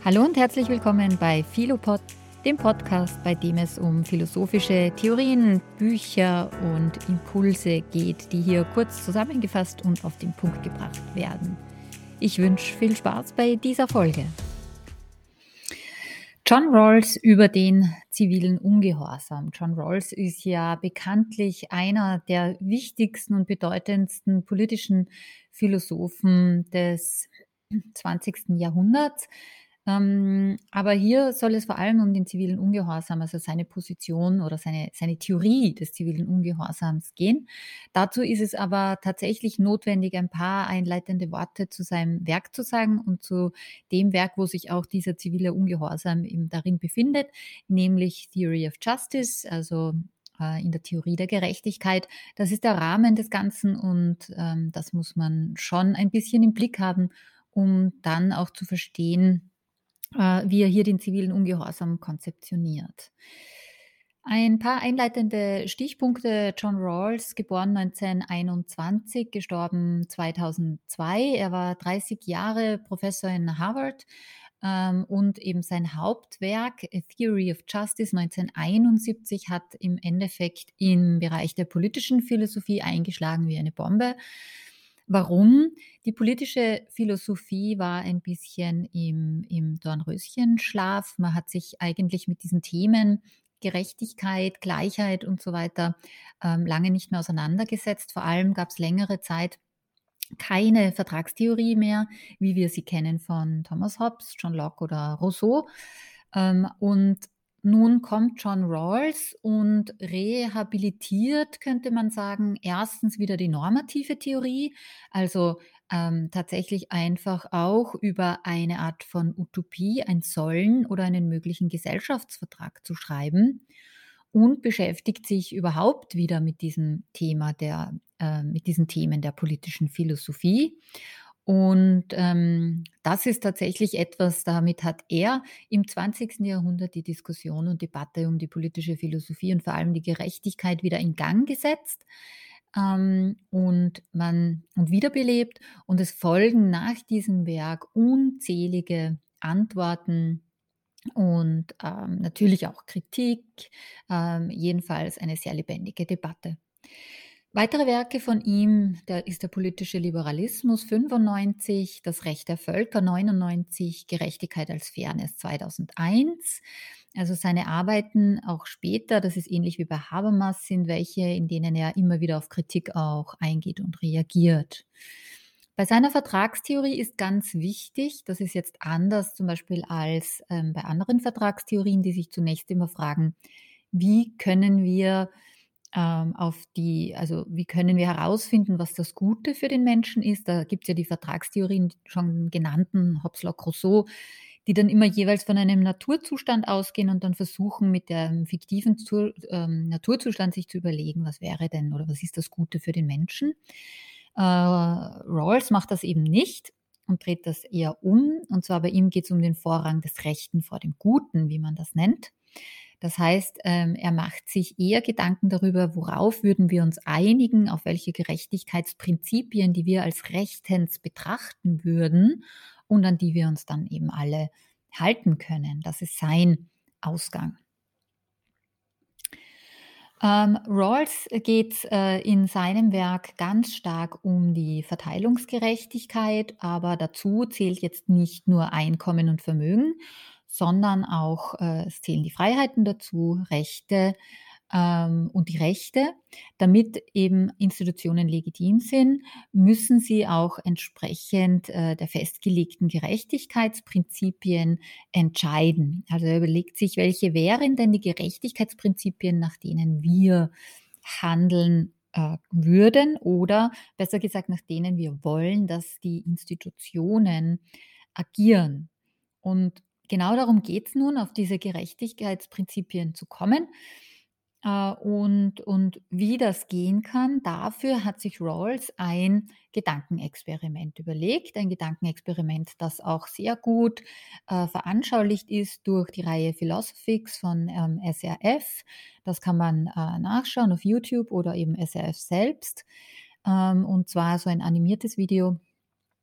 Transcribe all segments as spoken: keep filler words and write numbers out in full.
Hallo und herzlich willkommen bei Philopod, dem Podcast, bei dem es um philosophische Theorien, Bücher und Impulse geht, die hier kurz zusammengefasst und auf den Punkt gebracht werden. Ich wünsche viel Spaß bei dieser Folge. John Rawls über den zivilen Ungehorsam. John Rawls ist ja bekanntlich einer der wichtigsten und bedeutendsten politischen Philosophen des zwanzigsten Jahrhunderts. Ähm, aber hier soll es vor allem um den zivilen Ungehorsam, also seine Position oder seine, seine Theorie des zivilen Ungehorsams gehen. Dazu ist es aber tatsächlich notwendig, ein paar einleitende Worte zu seinem Werk zu sagen und zu dem Werk, wo sich auch dieser zivile Ungehorsam eben darin befindet, nämlich Theory of Justice, also äh, in der Theorie der Gerechtigkeit. Das ist der Rahmen des Ganzen und ähm, das muss man schon ein bisschen im Blick haben, um dann auch zu verstehen, äh, wie er hier den zivilen Ungehorsam konzeptioniert. Ein paar einleitende Stichpunkte. John Rawls, geboren neunzehnhunderteinundzwanzig, gestorben zweitausendzwei. Er war dreißig Jahre Professor in Harvard ähm, und eben sein Hauptwerk A Theory of Justice neunzehnhunderteinundsiebzig hat im Endeffekt im Bereich der politischen Philosophie eingeschlagen wie eine Bombe. Warum? Die politische Philosophie war ein bisschen im, im Dornröschenschlaf. Man hat sich eigentlich mit diesen Themen Gerechtigkeit, Gleichheit und so weiter ähm, lange nicht mehr auseinandergesetzt. Vor allem gab es längere Zeit keine Vertragstheorie mehr, wie wir sie kennen von Thomas Hobbes, John Locke oder Rousseau. Ähm, und nun kommt John Rawls und rehabilitiert, könnte man sagen, erstens wieder die normative Theorie, also ähm, tatsächlich einfach auch über eine Art von Utopie, ein Sollen oder einen möglichen Gesellschaftsvertrag zu schreiben und beschäftigt sich überhaupt wieder mit diesem Thema der, äh, mit diesen Themen der politischen Philosophie. Und ähm, das ist tatsächlich etwas, damit hat er im zwanzigsten Jahrhundert die Diskussion und Debatte um die politische Philosophie und vor allem die Gerechtigkeit wieder in Gang gesetzt ähm, und man und wiederbelebt. Und es folgen nach diesem Werk unzählige Antworten und ähm, natürlich auch Kritik, ähm, jedenfalls eine sehr lebendige Debatte. Weitere Werke von ihm, da ist der politische Liberalismus fünfundneunzig, das Recht der Völker neunundneunzig, Gerechtigkeit als Fairness zweitausendeins. Also seine Arbeiten auch später, das ist ähnlich wie bei Habermas, sind welche, in denen er immer wieder auf Kritik auch eingeht und reagiert. Bei seiner Vertragstheorie ist ganz wichtig, das ist jetzt anders zum Beispiel als ähm, bei anderen Vertragstheorien, die sich zunächst immer fragen, wie können wir ähm, auf die, also wie können wir herausfinden, was das Gute für den Menschen ist? Da gibt es ja die Vertragstheorien, schon genannten Hobbes, Locke, Rousseau, die dann immer jeweils von einem Naturzustand ausgehen und dann versuchen, mit dem fiktiven Zu ähm, Naturzustand sich zu überlegen, was wäre denn oder was ist das Gute für den Menschen. Äh, Rawls macht das eben nicht und dreht das eher um. Und zwar bei ihm geht es um den Vorrang des Rechten vor dem Guten, wie man das nennt. Das heißt, ähm, er macht sich eher Gedanken darüber, worauf würden wir uns einigen, auf welche Gerechtigkeitsprinzipien, die wir als rechtens betrachten würden und an die wir uns dann eben alle halten können. Das ist sein Ausgang. Ähm, Rawls geht äh, in seinem Werk ganz stark um die Verteilungsgerechtigkeit, aber dazu zählt jetzt nicht nur Einkommen und Vermögen, sondern auch äh, es zählen die Freiheiten dazu, Rechte ähm, und die Rechte. Damit eben Institutionen legitim sind, müssen sie auch entsprechend äh, der festgelegten Gerechtigkeitsprinzipien entscheiden. Also er überlegt sich, welche wären denn die Gerechtigkeitsprinzipien, nach denen wir handeln äh, würden oder besser gesagt, nach denen wir wollen, dass die Institutionen agieren. Und genau darum geht es nun, auf diese Gerechtigkeitsprinzipien zu kommen. Äh, und, und wie das gehen kann, dafür hat sich Rawls ein Gedankenexperiment überlegt. Ein Gedankenexperiment, das auch sehr gut äh, veranschaulicht ist durch die Reihe Philosophics von ähm, S R F. Das kann man äh, nachschauen auf YouTube oder eben S R F selbst. Ähm, und zwar so ein animiertes Video.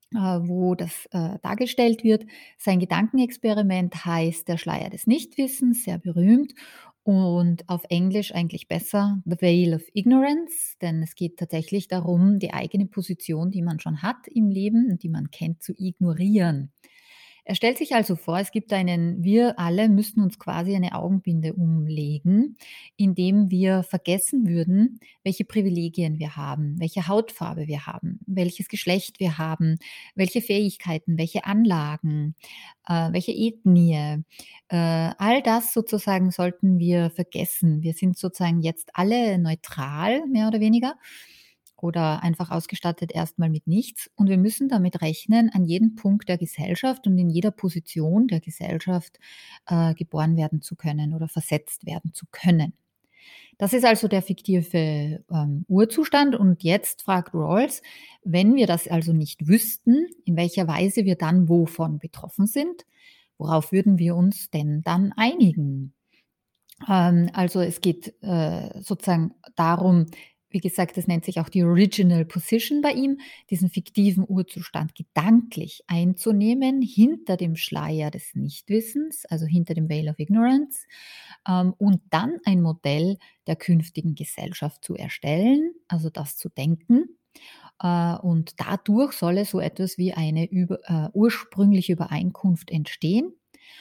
äh, wo das äh, dargestellt wird. Sein Gedankenexperiment heißt Der Schleier des Nichtwissens, sehr berühmt und auf Englisch eigentlich besser The Veil of Ignorance, denn es geht tatsächlich darum, die eigene Position, die man schon hat im Leben und die man kennt, zu ignorieren. Er stellt sich also vor, es gibt einen, wir alle müssen uns quasi eine Augenbinde umlegen, indem wir vergessen würden, welche Privilegien wir haben, welche Hautfarbe wir haben, welches Geschlecht wir haben, welche Fähigkeiten, welche Anlagen, äh, welche Ethnie. Äh, all das sozusagen sollten wir vergessen. Wir sind sozusagen jetzt alle neutral, mehr oder weniger, oder einfach ausgestattet erstmal mit nichts. Und wir müssen damit rechnen, an jedem Punkt der Gesellschaft und in jeder Position der Gesellschaft äh, geboren werden zu können oder versetzt werden zu können. Das ist also der fiktive ähm, Urzustand. Und jetzt fragt Rawls, wenn wir das also nicht wüssten, in welcher Weise wir dann wovon betroffen sind, worauf würden wir uns denn dann einigen? Ähm, also es geht äh, sozusagen darum, wie gesagt, das nennt sich auch die Original Position bei ihm, diesen fiktiven Urzustand gedanklich einzunehmen hinter dem Schleier des Nichtwissens, also hinter dem Veil of Ignorance, ähm, und dann ein Modell der künftigen Gesellschaft zu erstellen, also das zu denken. Äh, und dadurch solle so etwas wie eine über, äh, ursprüngliche Übereinkunft entstehen,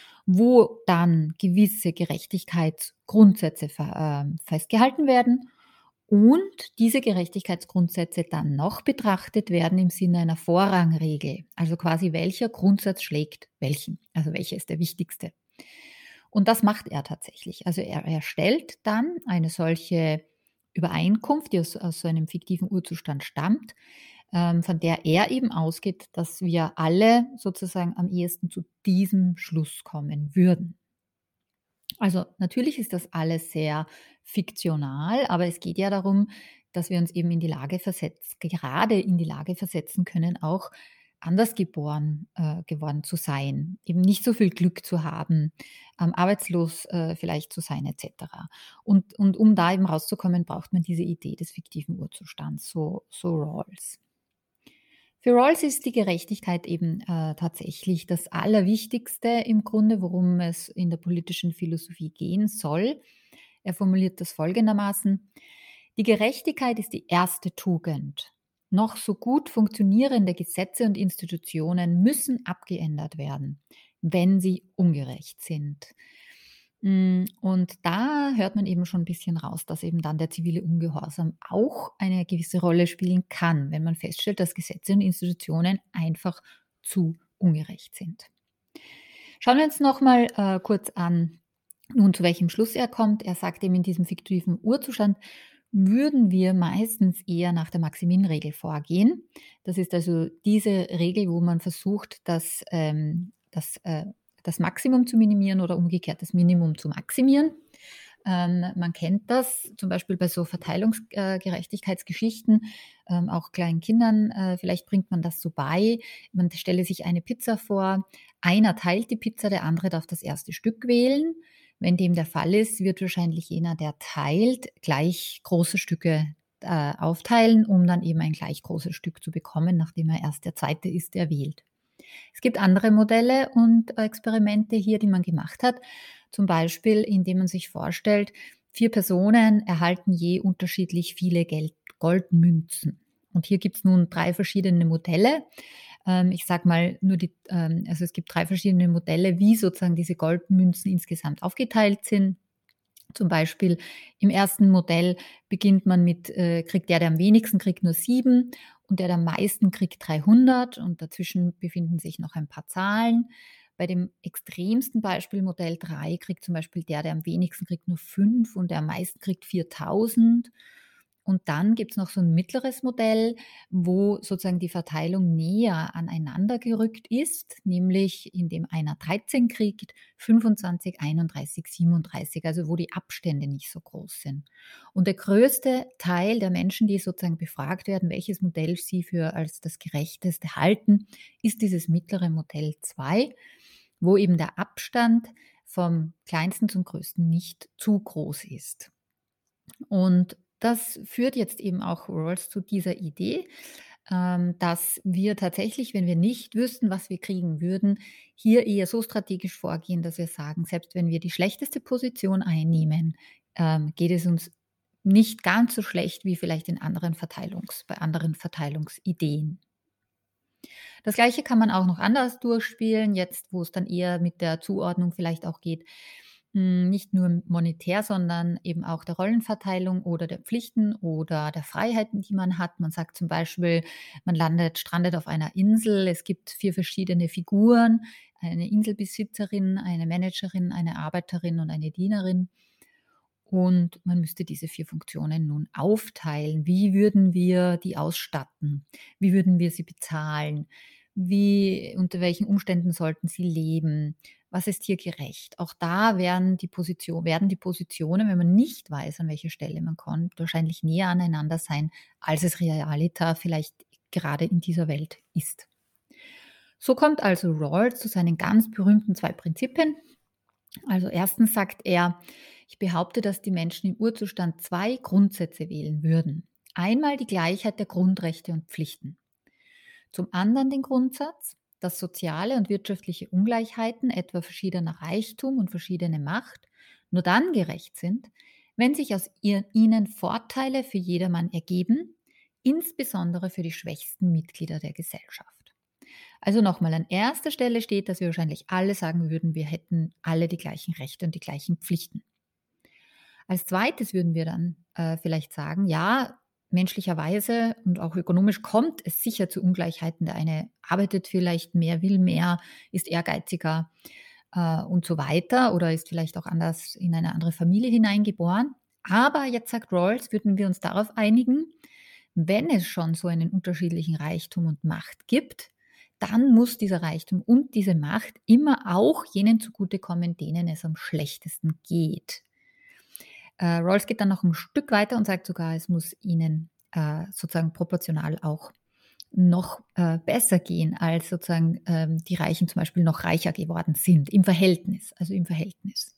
wo dann gewisse Gerechtigkeitsgrundsätze ver ähm, festgehalten werden und diese Gerechtigkeitsgrundsätze dann noch betrachtet werden im Sinne einer Vorrangregel. Also quasi welcher Grundsatz schlägt welchen, also welcher ist der wichtigste. Und das macht er tatsächlich. Also er erstellt dann eine solche Übereinkunft, die aus, aus so einem fiktiven Urzustand stammt, ähm, von der er eben ausgeht, dass wir alle sozusagen am ehesten zu diesem Schluss kommen würden. Also natürlich ist das alles sehr fiktional, aber es geht ja darum, dass wir uns eben in die Lage versetzen, gerade in die Lage versetzen können, auch anders geboren äh, geworden zu sein, eben nicht so viel Glück zu haben, ähm, arbeitslos äh, vielleicht zu sein et cetera. Und, und um da eben rauszukommen, braucht man diese Idee des fiktiven Urzustands, so, so Rawls. Für Rawls ist die Gerechtigkeit eben äh, tatsächlich das Allerwichtigste im Grunde, worum es in der politischen Philosophie gehen soll. Er formuliert das folgendermaßen: Die Gerechtigkeit ist die erste Tugend. Noch so gut funktionierende Gesetze und Institutionen müssen abgeändert werden, wenn sie ungerecht sind. Hm, und da hört man eben schon ein bisschen raus, dass eben dann der zivile Ungehorsam auch eine gewisse Rolle spielen kann, wenn man feststellt, dass Gesetze und Institutionen einfach zu ungerecht sind. Schauen wir uns noch mal, äh, kurz an, nun zu welchem Schluss er kommt. Er sagt eben, in diesem fiktiven Urzustand würden wir meistens eher nach der Maximin-Regel vorgehen. Das ist also diese Regel, wo man versucht, das, ähm, das, äh, das Maximum zu minimieren oder umgekehrt das Minimum zu maximieren. Ähm, man kennt das zum Beispiel bei so Verteilungsgerechtigkeitsgeschichten, ähm, auch kleinen Kindern, äh, vielleicht bringt man das so bei. Man stelle sich eine Pizza vor, einer teilt die Pizza, der andere darf das erste Stück wählen. Wenn dem der Fall ist, wird wahrscheinlich jener, der teilt, gleich große Stücke äh, aufteilen, um dann eben ein gleich großes Stück zu bekommen, nachdem er erst der Zweite ist, der wählt. Es gibt andere Modelle und Experimente hier, die man gemacht hat. Zum Beispiel, indem man sich vorstellt, vier Personen erhalten je unterschiedlich viele Geld Goldmünzen. Und hier gibt es nun drei verschiedene Modelle. Ähm, ich sage mal nur die, ähm, also es gibt drei verschiedene Modelle, wie sozusagen diese Goldmünzen insgesamt aufgeteilt sind. Zum Beispiel im ersten Modell beginnt man mit, äh, kriegt der, der am wenigsten kriegt, nur sieben und der, der am meisten kriegt, dreihundert und dazwischen befinden sich noch ein paar Zahlen. Bei dem extremsten Beispiel Modell drei kriegt zum Beispiel der, der am wenigsten kriegt, nur fünf und der am meisten kriegt viertausend. Und dann gibt es noch so ein mittleres Modell, wo sozusagen die Verteilung näher aneinander gerückt ist, nämlich indem einer dreizehn kriegt, fünfundzwanzig, einunddreißig, siebenunddreißig, also wo die Abstände nicht so groß sind. Und der größte Teil der Menschen, die sozusagen befragt werden, welches Modell sie für als das gerechteste halten, ist dieses mittlere Modell zwei, wo eben der Abstand vom kleinsten zum größten nicht zu groß ist. Und das führt jetzt eben auch Rawls zu dieser Idee, ähm, dass wir tatsächlich, wenn wir nicht wüssten, was wir kriegen würden, hier eher so strategisch vorgehen, dass wir sagen, selbst wenn wir die schlechteste Position einnehmen, ähm, geht es uns nicht ganz so schlecht wie vielleicht in anderen Verteilungs bei anderen Verteilungsideen. Das Gleiche kann man auch noch anders durchspielen, jetzt wo es dann eher mit der Zuordnung vielleicht auch geht, hm, nicht nur monetär, sondern eben auch der Rollenverteilung oder der Pflichten oder der Freiheiten, die man hat. Man sagt zum Beispiel, man landet strandet auf einer Insel. Es gibt vier verschiedene Figuren: eine Inselbesitzerin, eine Managerin, eine Arbeiterin und eine Dienerin. Und man müsste diese vier Funktionen nun aufteilen. Wie würden wir die ausstatten? Wie würden wir sie bezahlen? Wie unter welchen Umständen sollten sie leben? Was ist hier gerecht? Auch da werden die Position werden die Positionen, wenn man nicht weiß, an welche Stelle man kommt, wahrscheinlich näher aneinander sein, als es realiter vielleicht gerade in dieser Welt ist. So kommt also Rawls zu seinen ganz berühmten zwei Prinzipien. Also erstens sagt er: „Ich behaupte, dass die Menschen im Urzustand zwei Grundsätze wählen würden. Einmal die Gleichheit der Grundrechte und Pflichten. Zum anderen den Grundsatz, dass soziale und wirtschaftliche Ungleichheiten, etwa verschiedener Reichtum und verschiedene Macht, nur dann gerecht sind, wenn sich aus ihr ihnen Vorteile für jedermann ergeben, insbesondere für die schwächsten Mitglieder der Gesellschaft.“ Also nochmal, an erster Stelle steht, dass wir wahrscheinlich alle sagen würden, wir hätten alle die gleichen Rechte und die gleichen Pflichten. Als Zweites würden wir dann äh, vielleicht sagen, ja, menschlicherweise und auch ökonomisch kommt es sicher zu Ungleichheiten. Der eine arbeitet vielleicht mehr, will mehr, ist ehrgeiziger äh, und so weiter oder ist vielleicht auch anders in eine andere Familie hineingeboren. Aber jetzt sagt Rawls, würden wir uns darauf einigen, wenn es schon so einen unterschiedlichen Reichtum und Macht gibt, dann muss dieser Reichtum und diese Macht immer auch jenen zugutekommen, denen es am schlechtesten geht. Äh, Rawls geht dann noch ein Stück weiter und sagt sogar, es muss ihnen äh, sozusagen proportional auch noch äh, besser gehen, als sozusagen ähm, die Reichen zum Beispiel noch reicher geworden sind, im Verhältnis, also im Verhältnis.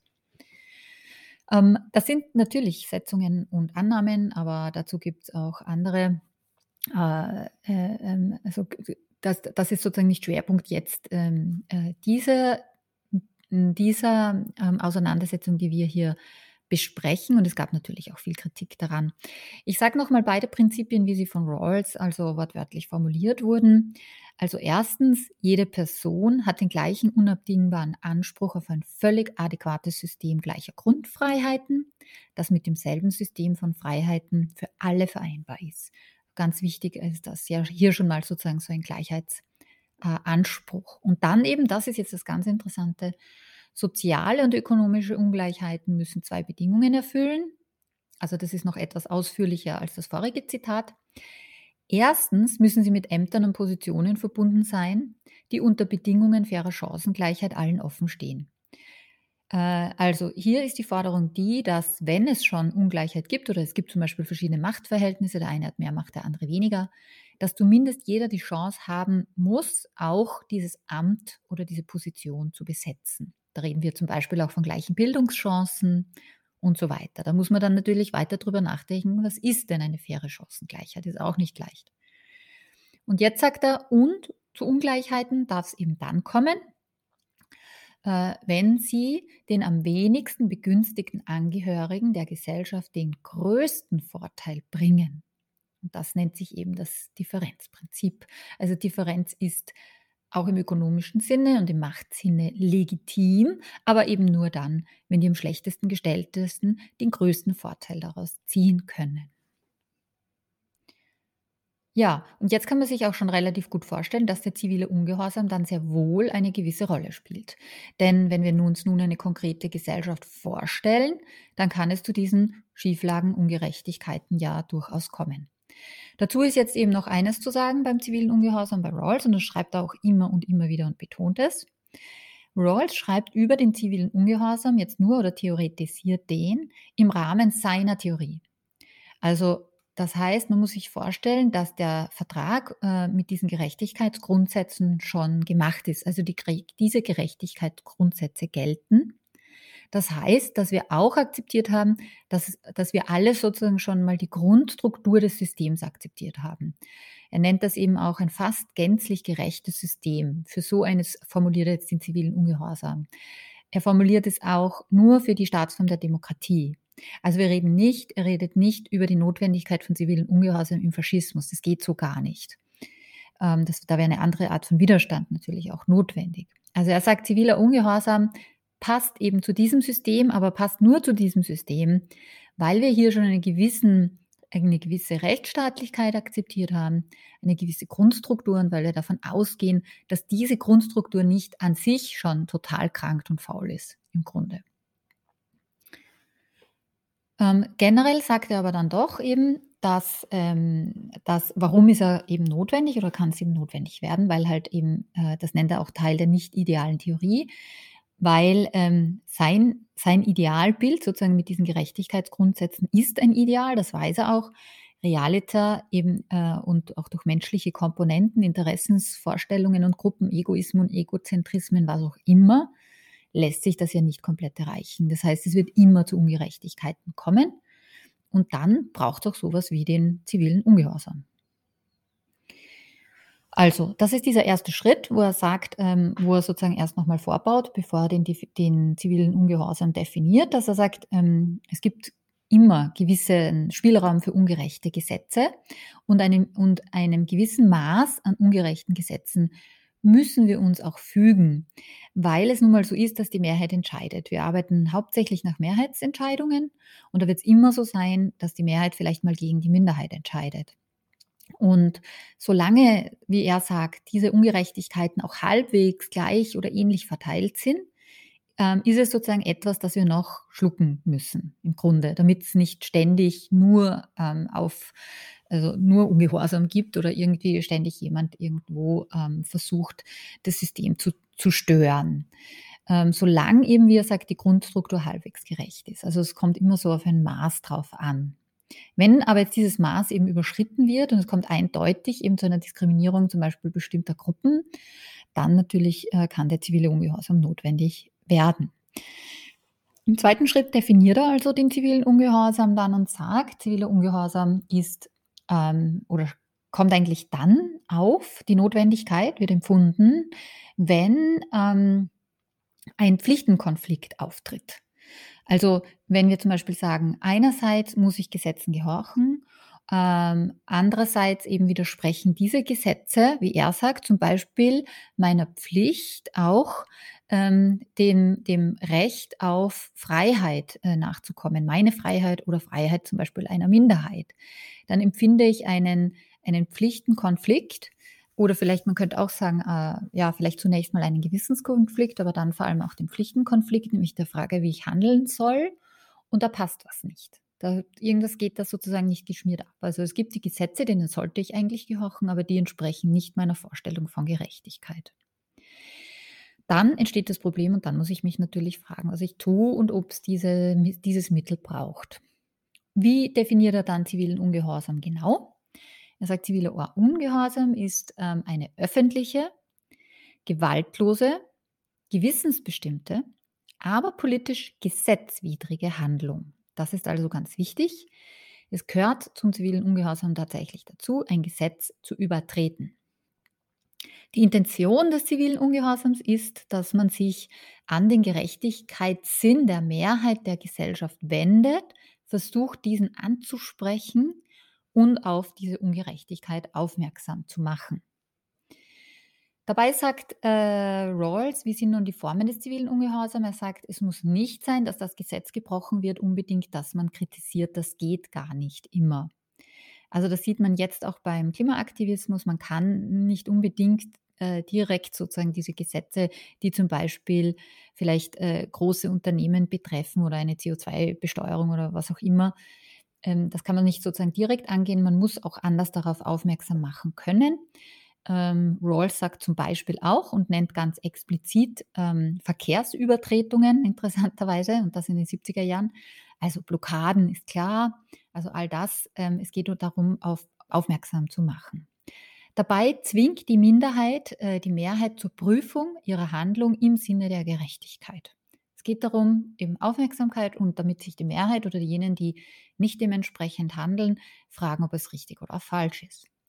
Ähm, das sind natürlich Setzungen und Annahmen, aber dazu gibt es auch andere. Äh, äh, ähm, also das, das ist sozusagen nicht Schwerpunkt jetzt ähm, äh, diese, dieser ähm, Auseinandersetzung, die wir hier besprechen. Und es gab natürlich auch viel Kritik daran. Ich sage nochmal beide Prinzipien, wie sie von Rawls, also wortwörtlich formuliert wurden. Also erstens, jede Person hat den gleichen unabdingbaren Anspruch auf ein völlig adäquates System gleicher Grundfreiheiten, das mit demselben System von Freiheiten für alle vereinbar ist. Ganz wichtig ist das ja hier schon mal sozusagen so ein Gleichheitsanspruch. Und dann eben, das ist jetzt das ganz Interessante, soziale und ökonomische Ungleichheiten müssen zwei Bedingungen erfüllen. Also das ist noch etwas ausführlicher als das vorige Zitat. Erstens müssen sie mit Ämtern und Positionen verbunden sein, die unter Bedingungen fairer Chancengleichheit allen offen stehen. Äh, also hier ist die Forderung die, dass wenn es schon Ungleichheit gibt oder es gibt zum Beispiel verschiedene Machtverhältnisse, der eine hat mehr Macht, der andere weniger, dass zumindest jeder die Chance haben muss, auch dieses Amt oder diese Position zu besetzen. Da reden wir zum Beispiel auch von gleichen Bildungschancen und so weiter. Da muss man dann natürlich weiter drüber nachdenken, was ist denn eine faire Chancengleichheit? Ist auch nicht leicht. Und jetzt sagt er, und zu Ungleichheiten darf es eben dann kommen, äh, wenn sie den am wenigsten begünstigten Angehörigen der Gesellschaft den größten Vorteil bringen. Und das nennt sich eben das Differenzprinzip. Also Differenz ist auch im ökonomischen Sinne und im Machtsinne legitim, aber eben nur dann, wenn die am schlechtesten Gestelltesten den größten Vorteil daraus ziehen können. Ja, und jetzt kann man sich auch schon relativ gut vorstellen, dass der zivile Ungehorsam dann sehr wohl eine gewisse Rolle spielt. Denn wenn wir uns nun eine konkrete Gesellschaft vorstellen, dann kann es zu diesen Schieflagen, Ungerechtigkeiten ja durchaus kommen. Dazu ist jetzt eben noch eines zu sagen beim zivilen Ungehorsam bei Rawls, und das schreibt er auch immer und immer wieder und betont es. Rawls schreibt über den zivilen Ungehorsam jetzt nur oder theoretisiert den im Rahmen seiner Theorie. Also das heißt, man muss sich vorstellen, dass der Vertrag äh, mit diesen Gerechtigkeitsgrundsätzen schon gemacht ist. Also die, diese Gerechtigkeitsgrundsätze gelten. Das heißt, dass wir auch akzeptiert haben, dass, dass wir alle sozusagen schon mal die Grundstruktur des Systems akzeptiert haben. Er nennt das eben auch ein fast gänzlich gerechtes System. Für so eines formuliert er jetzt den zivilen Ungehorsam. Er formuliert es auch nur für die Staatsform der Demokratie. Also wir reden nicht, er redet nicht über die Notwendigkeit von zivilen Ungehorsam im Faschismus. Das geht so gar nicht. Ähm, das, da wäre eine andere Art von Widerstand natürlich auch notwendig. Also er sagt, ziviler Ungehorsam passt eben zu diesem System, aber passt nur zu diesem System, weil wir hier schon einen gewissen, eine gewisse Rechtsstaatlichkeit akzeptiert haben, eine gewisse Grundstruktur und weil wir davon ausgehen, dass diese Grundstruktur nicht an sich schon total krank und faul ist, im Grunde. Ähm, generell sagt er aber dann doch eben, dass, ähm, dass warum ist er eben notwendig oder kann es eben notwendig werden, weil halt eben, äh, das nennt er auch Teil der nicht idealen Theorie, weil ähm, sein, sein Idealbild sozusagen mit diesen Gerechtigkeitsgrundsätzen ist ein Ideal, das weiß er auch. Realita eben äh, und auch durch menschliche Komponenten, Interessensvorstellungen und Gruppen, Egoismen und Egozentrismen, was auch immer, lässt sich das ja nicht komplett erreichen. Das heißt, es wird immer zu Ungerechtigkeiten kommen und dann braucht es auch sowas wie den zivilen Ungehorsam. Also, das ist dieser erste Schritt, wo er sagt, ähm, wo er sozusagen erst nochmal vorbaut, bevor er den, den zivilen Ungehorsam definiert, dass er sagt, ähm, es gibt immer gewissen Spielraum für ungerechte Gesetze und einem, und einem gewissen Maß an ungerechten Gesetzen müssen wir uns auch fügen, weil es nun mal so ist, dass die Mehrheit entscheidet. Wir arbeiten hauptsächlich nach Mehrheitsentscheidungen und da wird es immer so sein, dass die Mehrheit vielleicht mal gegen die Minderheit entscheidet. Und solange, wie er sagt, diese Ungerechtigkeiten auch halbwegs gleich oder ähnlich verteilt sind, ähm, ist es sozusagen etwas, das wir noch schlucken müssen, im Grunde, damit es nicht ständig nur ähm, auf, also nur Ungehorsam gibt oder irgendwie ständig jemand irgendwo ähm, versucht, das System zu, zu stören. Ähm, solange eben, wie er sagt, die Grundstruktur halbwegs gerecht ist. Also es kommt immer so auf ein Maß drauf an. Wenn aber jetzt dieses Maß eben überschritten wird und es kommt eindeutig eben zu einer Diskriminierung zum Beispiel bestimmter Gruppen, dann natürlich äh, kann der zivile Ungehorsam notwendig werden. Im zweiten Schritt definiert er also den zivilen Ungehorsam dann und sagt, ziviler Ungehorsam ist ähm, oder kommt eigentlich dann auf, die Notwendigkeit wird empfunden, wenn ähm, ein Pflichtenkonflikt auftritt. Also wenn wir zum Beispiel sagen, einerseits muss ich Gesetzen gehorchen, ähm, andererseits eben widersprechen diese Gesetze, wie er sagt, zum Beispiel meiner Pflicht auch ähm, dem, dem Recht auf Freiheit äh, nachzukommen, meine Freiheit oder Freiheit zum Beispiel einer Minderheit. Dann empfinde ich einen, einen Pflichtenkonflikt. Oder vielleicht, man könnte auch sagen, äh, ja, vielleicht zunächst mal einen Gewissenskonflikt, aber dann vor allem auch den Pflichtenkonflikt, nämlich der Frage, wie ich handeln soll. Und da passt was nicht. Da, irgendwas geht da sozusagen nicht geschmiert ab. Also es gibt die Gesetze, denen sollte ich eigentlich gehorchen, aber die entsprechen nicht meiner Vorstellung von Gerechtigkeit. Dann entsteht das Problem und dann muss ich mich natürlich fragen, was ich tue und ob es diese, dieses Mittel braucht. Wie definiert er dann zivilen Ungehorsam genau? Er sagt, ziviler Ungehorsam ist ähm, eine öffentliche, gewaltlose, gewissensbestimmte, aber politisch gesetzwidrige Handlung. Das ist also ganz wichtig. Es gehört zum zivilen Ungehorsam tatsächlich dazu, ein Gesetz zu übertreten. Die Intention des zivilen Ungehorsams ist, dass man sich an den Gerechtigkeitssinn der Mehrheit der Gesellschaft wendet, versucht, diesen anzusprechen und auf diese Ungerechtigkeit aufmerksam zu machen. Dabei sagt äh, Rawls, wie sind nun die Formen des zivilen Ungehorsams? Er sagt, es muss nicht sein, dass das Gesetz gebrochen wird, unbedingt, dass man kritisiert, das geht gar nicht immer. Also das sieht man jetzt auch beim Klimaaktivismus, man kann nicht unbedingt äh, direkt sozusagen diese Gesetze, die zum Beispiel vielleicht äh, große Unternehmen betreffen oder eine C O zwei Besteuerung oder was auch immer, ähm, das kann man nicht sozusagen direkt angehen, man muss auch anders darauf aufmerksam machen können. Ähm, Rawls sagt zum Beispiel auch und nennt ganz explizit ähm, Verkehrsübertretungen, interessanterweise, und das in den siebziger Jahren. Also Blockaden ist klar, also all das, ähm, es geht nur darum, auf, aufmerksam zu machen. Dabei zwingt die Minderheit äh, die Mehrheit zur Prüfung ihrer Handlung im Sinne der Gerechtigkeit. Es geht darum, eben Aufmerksamkeit und damit sich die Mehrheit oder diejenigen, die nicht dementsprechend handeln, fragen, ob es richtig oder falsch ist.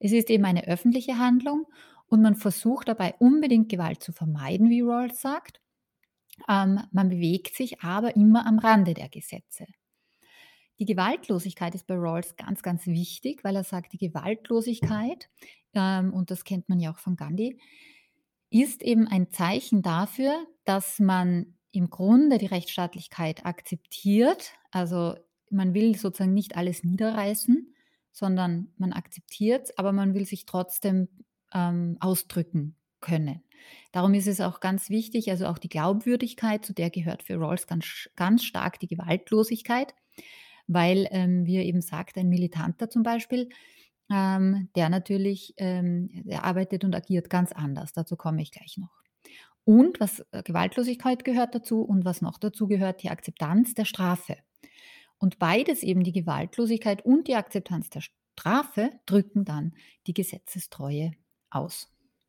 Es ist eben eine öffentliche Handlung und man versucht dabei unbedingt Gewalt zu vermeiden, wie Rawls sagt. Ähm, man bewegt sich aber immer am Rande der Gesetze. Die Gewaltlosigkeit ist bei Rawls ganz, ganz wichtig, weil er sagt, die Gewaltlosigkeit, ähm, und das kennt man ja auch von Gandhi, ist eben ein Zeichen dafür, dass man im Grunde die Rechtsstaatlichkeit akzeptiert. Also man will sozusagen nicht alles niederreißen, sondern man akzeptiert es, aber man will sich trotzdem ähm, ausdrücken können. Darum ist es auch ganz wichtig, also auch die Glaubwürdigkeit, zu der gehört für Rawls ganz, ganz stark die Gewaltlosigkeit, weil, ähm, wie er eben sagt, ein Militanter zum Beispiel, ähm, der natürlich, ähm, der arbeitet und agiert ganz anders. Dazu komme ich gleich noch. Und was äh, Gewaltlosigkeit gehört dazu und was noch dazu gehört, die Akzeptanz der Strafe. Und beides eben, die Gewaltlosigkeit und die Akzeptanz der Strafe, drücken dann die Gesetzestreue aus.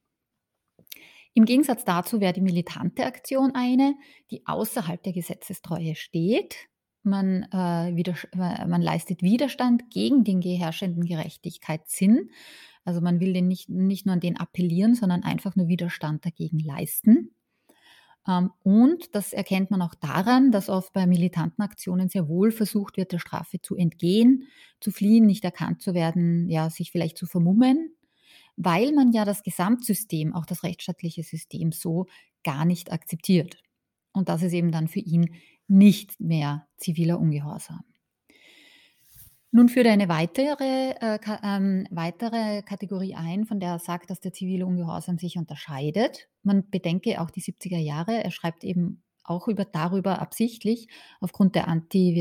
Im Gegensatz dazu wäre die militante Aktion eine, die außerhalb der Gesetzestreue steht. Man, äh, widers- äh, man leistet Widerstand gegen den herrschenden Gerechtigkeitssinn. Also man will den nicht, nicht nur an den appellieren, sondern einfach nur Widerstand dagegen leisten. Ähm, und das erkennt man auch daran, dass oft bei militanten Aktionen sehr wohl versucht wird, der Strafe zu entgehen, zu fliehen, nicht erkannt zu werden, ja, sich vielleicht zu vermummen, weil man ja das Gesamtsystem, auch das rechtsstaatliche System so gar nicht akzeptiert. Und das ist eben dann für ihn nicht mehr ziviler Ungehorsam. Nun führt er eine weitere, äh, ka ähm, weitere Kategorie ein, von der er sagt, dass der zivile Ungehorsam sich unterscheidet. Man bedenke auch die siebziger Jahre. Er schreibt eben auch über, darüber absichtlich aufgrund der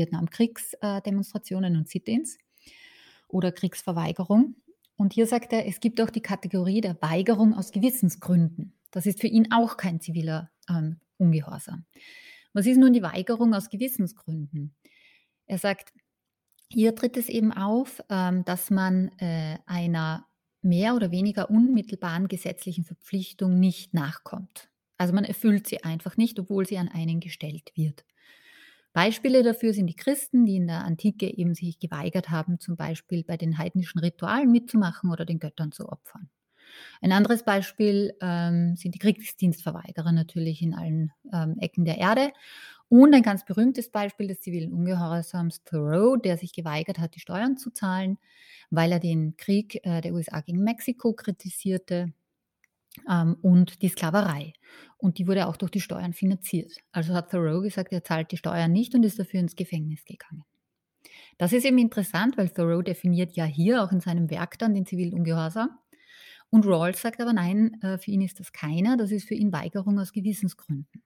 Anti-Vietnam-Kriegsdemonstrationen und Sit-ins oder Kriegsverweigerung. Und hier sagt er, es gibt auch die Kategorie der Weigerung aus Gewissensgründen. Das ist für ihn auch kein ziviler ähm, Ungehorsam. Was ist nun die Weigerung aus Gewissensgründen? Er sagt, hier tritt es eben auf, ähm, dass man äh, einer mehr oder weniger unmittelbaren gesetzlichen Verpflichtung nicht nachkommt. Also man erfüllt sie einfach nicht, obwohl sie an einen gestellt wird. Beispiele dafür sind die Christen, die in der Antike eben sich geweigert haben, zum Beispiel bei den heidnischen Ritualen mitzumachen oder den Göttern zu opfern. Ein anderes Beispiel ähm, sind die Kriegsdienstverweigerer natürlich in allen ähm, Ecken der Erde. Und ein ganz berühmtes Beispiel des zivilen Ungehorsams, Thoreau, der sich geweigert hat, die Steuern zu zahlen, weil er den Krieg äh, der U S A gegen Mexiko kritisierte ähm, und die Sklaverei. Und die wurde auch durch die Steuern finanziert. Also hat Thoreau gesagt, er zahlt die Steuern nicht und ist dafür ins Gefängnis gegangen. Das ist eben interessant, weil Thoreau definiert ja hier auch in seinem Werk dann den zivilen Ungehorsam. Und Rawls sagt aber nein, äh, für ihn ist das keiner, das ist für ihn Weigerung aus Gewissensgründen.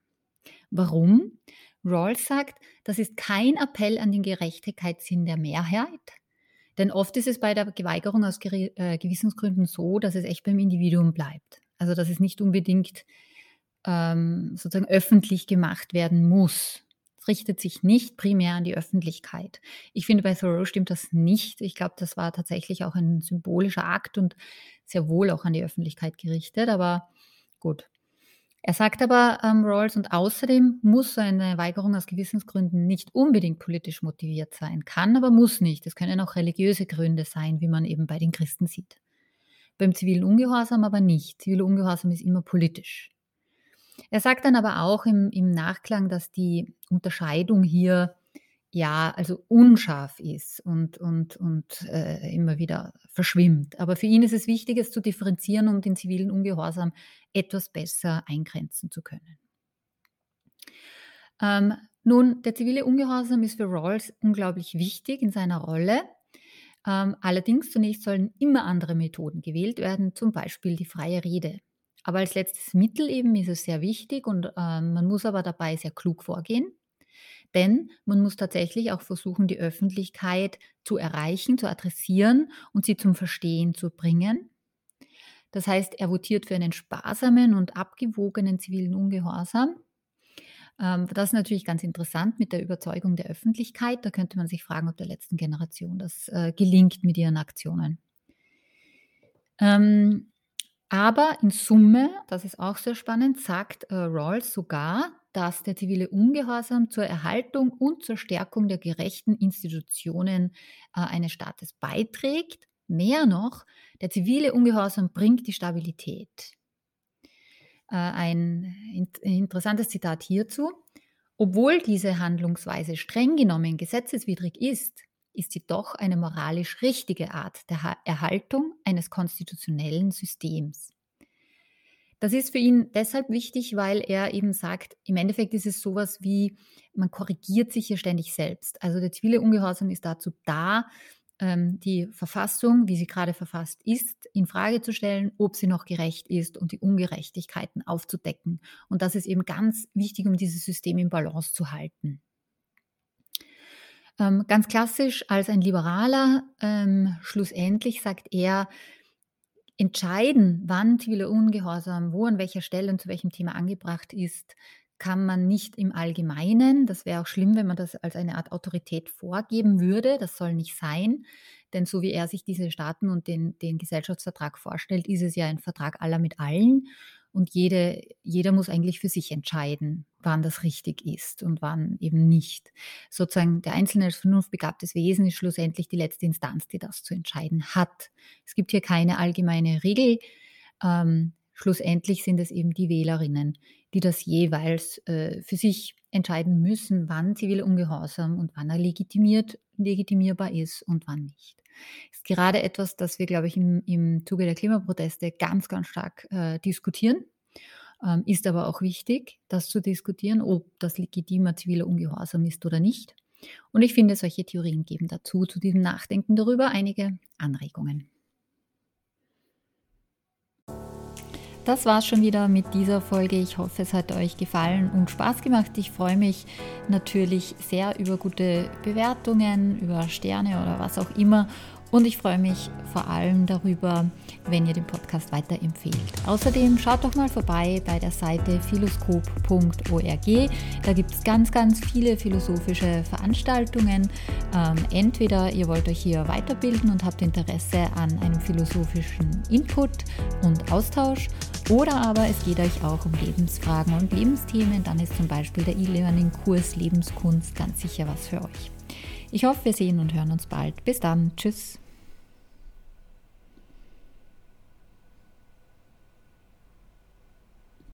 Warum? Rawls sagt, das ist kein Appell an den Gerechtigkeitssinn der Mehrheit, denn oft ist es bei der Weigerung aus Ge äh, Gewissensgründen so, dass es echt beim Individuum bleibt. Also dass es nicht unbedingt ähm, sozusagen öffentlich gemacht werden muss. Es richtet sich nicht primär an die Öffentlichkeit. Ich finde, bei Thoreau stimmt das nicht. Ich glaube, das war tatsächlich auch ein symbolischer Akt und sehr wohl auch an die Öffentlichkeit gerichtet, aber gut. Er sagt aber, ähm, Rawls, und außerdem muss so eine Weigerung aus Gewissensgründen nicht unbedingt politisch motiviert sein, kann, aber muss nicht. Es können auch religiöse Gründe sein, wie man eben bei den Christen sieht. Beim zivilen Ungehorsam aber nicht. Ziviler Ungehorsam ist immer politisch. Er sagt dann aber auch im, im Nachklang, dass die Unterscheidung hier ja, also unscharf ist und, und, und äh, immer wieder verschwimmt. Aber für ihn ist es wichtig, es zu differenzieren, um den zivilen Ungehorsam etwas besser eingrenzen zu können. Ähm, nun, der zivile Ungehorsam ist für Rawls unglaublich wichtig in seiner Rolle. Ähm, allerdings zunächst sollen immer andere Methoden gewählt werden, zum Beispiel die freie Rede. Aber als letztes Mittel eben ist es sehr wichtig und ähm, man muss aber dabei sehr klug vorgehen. Denn man muss tatsächlich auch versuchen, die Öffentlichkeit zu erreichen, zu adressieren und sie zum Verstehen zu bringen. Das heißt, er votiert für einen sparsamen und abgewogenen zivilen Ungehorsam. Ähm, das ist natürlich ganz interessant mit der Überzeugung der Öffentlichkeit. Da könnte man sich fragen, ob der letzten Generation das äh, gelingt mit ihren Aktionen. Ähm, aber in Summe, das ist auch sehr spannend, sagt äh, Rawls sogar, dass der zivile Ungehorsam zur Erhaltung und zur Stärkung der gerechten Institutionen äh, eines Staates beiträgt, Mehr noch, der zivile Ungehorsam bringt die Stabilität. Äh, ein interessantes Zitat hierzu. Obwohl diese Handlungsweise streng genommen gesetzeswidrig ist, ist sie doch eine moralisch richtige Art der Erhaltung eines konstitutionellen Systems. Das ist für ihn deshalb wichtig, weil er eben sagt, im Endeffekt ist es sowas wie, man korrigiert sich hier ständig selbst. Also der zivile Ungehorsam ist dazu da, die Verfassung, wie sie gerade verfasst ist, in Frage zu stellen, ob sie noch gerecht ist und die Ungerechtigkeiten aufzudecken. Und das ist eben ganz wichtig, um dieses System in Balance zu halten. Ähm, ganz klassisch als ein Liberaler, ähm, schlussendlich sagt er, entscheiden, wann ziviler Ungehorsam wo an welcher Stelle und zu welchem Thema angebracht ist, kann man nicht im Allgemeinen. Das wäre auch schlimm, wenn man das als eine Art Autorität vorgeben würde. Das soll nicht sein, denn so wie er sich diese Staaten und den, den Gesellschaftsvertrag vorstellt, ist es ja ein Vertrag aller mit allen und jede, jeder muss eigentlich für sich entscheiden, wann das richtig ist und wann eben nicht. Sozusagen der Einzelne als vernunftbegabtes Wesen ist schlussendlich die letzte Instanz, die das zu entscheiden hat. Es gibt hier keine allgemeine Regel. Ähm, schlussendlich sind es eben die Wählerinnen, die das jeweils äh, für sich entscheiden müssen, wann ziviler Ungehorsam und wann er legitimiert, legitimierbar ist und wann nicht. Das ist gerade etwas, das wir, glaube ich, im, im Zuge der Klimaproteste ganz, ganz stark äh, diskutieren. Ähm, ist aber auch wichtig, das zu diskutieren, ob das legitimer ziviler Ungehorsam ist oder nicht. Und ich finde, solche Theorien geben dazu, zu diesem Nachdenken darüber, einige Anregungen. Das war's schon wieder mit dieser Folge. Ich hoffe, es hat euch gefallen und Spaß gemacht. Ich freue mich natürlich sehr über gute Bewertungen, über Sterne oder was auch immer. Und ich freue mich vor allem darüber, wenn ihr den Podcast weiterempfehlt. Außerdem schaut doch mal vorbei bei der Seite philoskop punkt org. Da gibt es ganz, ganz viele philosophische Veranstaltungen. Ähm, entweder ihr wollt euch hier weiterbilden und habt Interesse an einem philosophischen Input und Austausch, oder aber es geht euch auch um Lebensfragen und Lebensthemen. Dann ist zum Beispiel der E-Learning-Kurs Lebenskunst ganz sicher was für euch. Ich hoffe, wir sehen und hören uns bald. Bis dann. Tschüss.